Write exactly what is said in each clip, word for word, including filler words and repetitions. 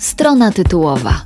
Strona tytułowa.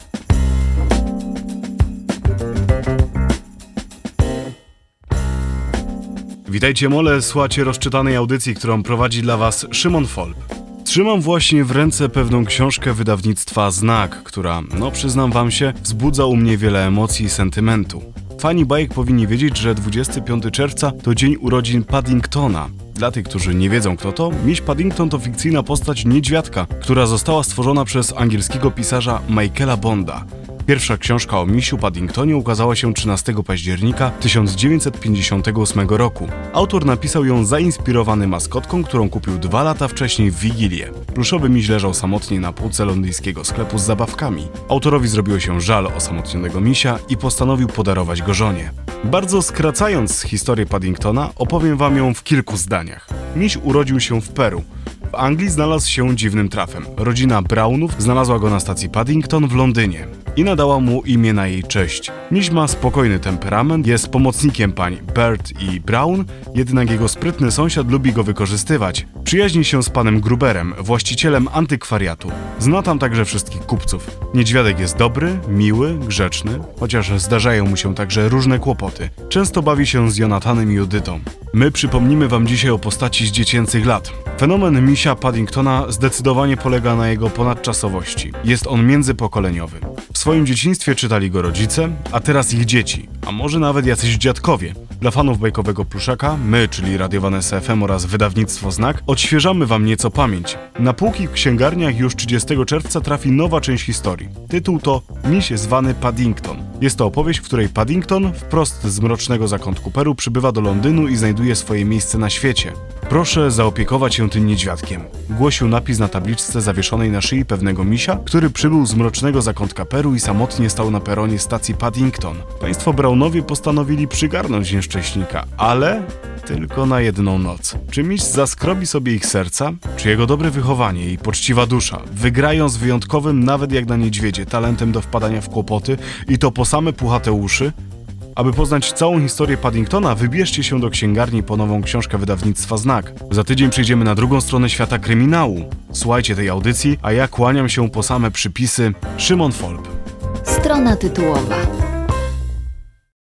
Witajcie mole, słuchacie rozczytanej audycji, którą prowadzi dla was Szymon Folb. Trzymam właśnie w ręce pewną książkę wydawnictwa Znak, która, no przyznam wam się, wzbudza u mnie wiele emocji i sentymentu. Fani bajek powinni wiedzieć, że dwudziestego piątego czerwca to dzień urodzin Paddingtona. Dla tych, którzy nie wiedzą kto to, miś Paddington to fikcyjna postać niedźwiadka, która została stworzona przez angielskiego pisarza Michaela Bonda. Pierwsza książka o misiu Paddingtonie ukazała się trzynastego października tysiąc dziewięćset pięćdziesiątego ósmego roku. Autor napisał ją zainspirowany maskotką, którą kupił dwa lata wcześniej w Wigilię. Pluszowy miś leżał samotnie na półce londyńskiego sklepu z zabawkami. Autorowi zrobiło się żal osamotnionego misia i postanowił podarować go żonie. Bardzo skracając historię Paddingtona, opowiem wam ją w kilku zdaniach. Miś urodził się w Peru. W Anglii znalazł się dziwnym trafem. Rodzina Brownów znalazła go na stacji Paddington w Londynie i nadała mu imię na jej cześć. Miś ma spokojny temperament, jest pomocnikiem pań Bird i Brown, jednak jego sprytny sąsiad lubi go wykorzystywać. Przyjaźni się z panem Gruberem, właścicielem antykwariatu. Zna tam także wszystkich kupców. Niedźwiadek jest dobry, miły, grzeczny, chociaż zdarzają mu się także różne kłopoty. Często bawi się z Jonathanem i Judytą. My przypomnimy wam dzisiaj o postaci z dziecięcych lat. Fenomen misia Paddingtona zdecydowanie polega na jego ponadczasowości. Jest on międzypokoleniowy. W swoim dzieciństwie czytali go rodzice, a teraz ich dzieci, a może nawet jacyś dziadkowie. Dla fanów bajkowego pluszaka, my, czyli Radio Vanessa F M oraz wydawnictwo Znak, odświeżamy wam nieco pamięć. Na półki w księgarniach już trzydziestego czerwca trafi nowa część historii. Tytuł to Miś zwany Paddington. Jest to opowieść, w której Paddington, wprost z mrocznego zakątku Peru, przybywa do Londynu i znajduje swoje miejsce na świecie. Proszę zaopiekować się tym niedźwiadkiem, głosił napis na tabliczce zawieszonej na szyi pewnego misia, który przybył z mrocznego zakątka Peru i samotnie stał na peronie stacji Paddington. Państwo Brownowie postanowili przygarnąć nieszczęśnika, ale tylko na jedną noc. Czy miś zaskrobi sobie ich serca? Czy jego dobre wychowanie i poczciwa dusza wygrają z wyjątkowym, nawet jak na niedźwiedzie, talentem do wpadania w kłopoty i to po same puchate uszy? Aby poznać całą historię Paddingtona, wybierzcie się do księgarni po nową książkę wydawnictwa Znak. Za tydzień przejdziemy na drugą stronę świata kryminału. Słuchajcie tej audycji, a ja kłaniam się po same przypisy. Szymon Folb. Strona tytułowa.